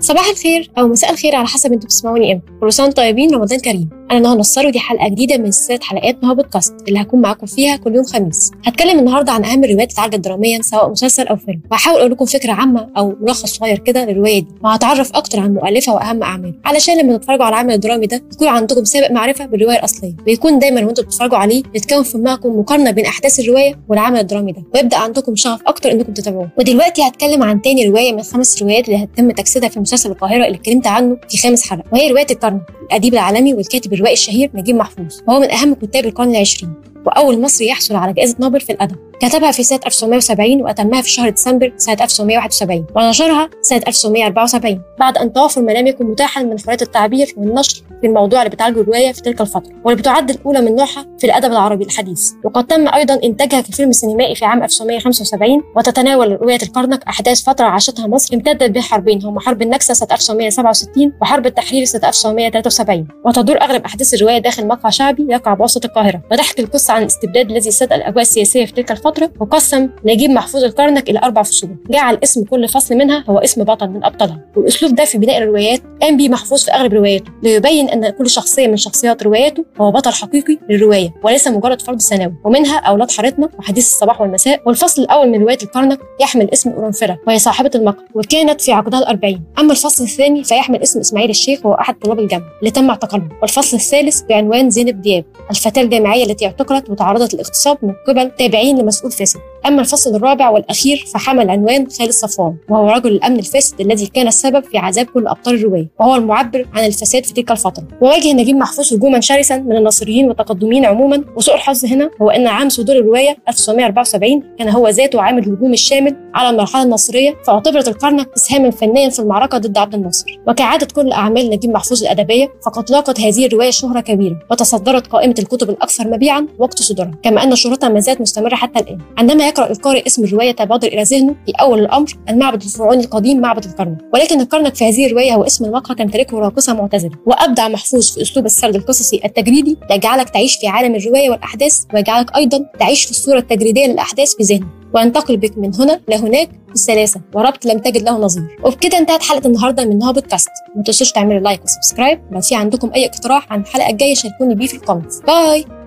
صباح الخير او مساء الخير على حسب انتوا بتسمعوني امتى. كل سنه وانتم طيبين، رمضان كريم. انا نهى نصار ودي حلقه جديده من سلسله حلقات نهى بودكاست اللي هكون معاكم فيها كل يوم خميس. هتكلم النهارده عن اهم الروايات اللي اتعالجت دراميا سواء مسلسل او فيلم، وهحاول اقول لكم فكره عامه او ملخص صغير كده للروايه دي، وهتعرف اكتر عن مؤلفها واهم اعماله، علشان لما تتفرجوا على العمل الدرامي ده يكون عندكم سابق معرفه بالروايه الاصليه، ويكون دايما وانتوا بتتفرجوا عليه يتكون في دماغكم مقارنه بين احداث الروايه والعمل الدرامي ده، ويبدا عندكم شغف اكتر انكم تتابعوه. ودلوقتي هتكلم عن تاني روايه من 5 روايات اللي هتتم تجسيدها في مسلسل القاهره اللي اتكلمت عنه في 5 حلقات، وهي روايه الكرنك الاديب العالمي والكاتب الروائي الشهير نجيب محفوظ، وهو من اهم كتاب القرن العشرين واول مصري يحصل على جائزه نوبل في الادب. كتبها في سنه 1970 واتمها في شهر ديسمبر سنه 1971 ونشرها سنه 1974 بعد ان توافر ما لم يكن متاحا من حريه التعبير والنشر في الموضوع اللي بتعالجه الروايه في تلك الفتره، واللي بتعد الاولى من نوعها في الادب العربي الحديث. وقد تم ايضا انتاجها كفيلم سينمائي في عام 1975، وتتناول روايه الكرنك احداث فتره عاشتها مصر امتدت بين حربين هما حرب النكسه سنه 1967 وحرب التحرير سنه 1973، وتدور اغلب احداث الروايه داخل مقهى شعبي يقع بوسط القاهره، وتحكي القصه عن الاستبداد الذي ساد الاجواء السياسيه في تلك الفتره. وقسم نجيب محفوظ الكرنك الى 4 فصول، جعل اسم كل فصل منها هو اسم بطل من ابطالها، والاسلوب ده في بناء الروايات قام به محفوظ في اغلب رواياته ليبين ان كل شخصيه من شخصيات رواياته هو بطل حقيقي للروايه وليس مجرد فرد ثانوي. ومنها اولاد حارتنا وحديث الصباح والمساء. والفصل الاول من روايه الكرنك يحمل اسم قرنفله وهي صاحبه المقهى وكانت في عقدها ال40. اما الفصل الثاني فيحمل اسم اسماعيل الشيخ وهو احد طلاب الجامعه اللي تم اعتقاله. والفصل الثالث بعنوان زينب دياب الفتاه الجامعيه التي اعتقلت وتعرضت للاغتصاب من قبل تابعين لمسؤول فاسد. اما الفصل الرابع والاخير فحمل عنوان خالد صفوان وهو رجل الامن الفاسد الذي كان السبب في عذاب كل ابطال الروايه، وهو المعبر عن الفساد في تلك الفتره. وواجه نجيب محفوظ هجوما شرسا من الناصريين والتقدميين عموما، وسوء الحظ هنا هو ان عام صدور الروايه 1974 كان هو ذاته عام الهجوم الشامل على المرحله الناصريه، فاعتبرت الكرنك اسهاما فنيا في المعركه ضد عبد الناصر. وكعاده كل اعمال نجيب محفوظ الادبيه فقد لاقت هذه الروايه شهره كبيره وتصدرت قائمه الكتب الاكثر مبيعا وقت صدورها، كما ان شهرتها ما زالت مستمره حتى الان. عندما يقرأ القارئ اسم الرواية تبادر إلى ذهنه في أول الأمر المعبد الفرعوني القديم معبد الكرنك، ولكن الكرنك في هذه الرواية هو اسم المقهى تمتلكه راقصة معتزلة. وأبدع محفوظ في أسلوب السرد القصصي التجريدي يجعلك تعيش في عالم الرواية والأحداث، ويجعلك أيضا تعيش في الصورة التجريدية للأحداث في ذهنك، وينتقل بك من هنا لهناك بالسلاسة وربط لم تجد له نظير. وبكده انتهت حلقة النهاردة من نهى بودكاست. ما تنسوش تعملوا لايك وسبسكرايب. لو في عندكم أي اقتراح عن الحلقة الجاية شاركوني بيه في الكومنتس. باي.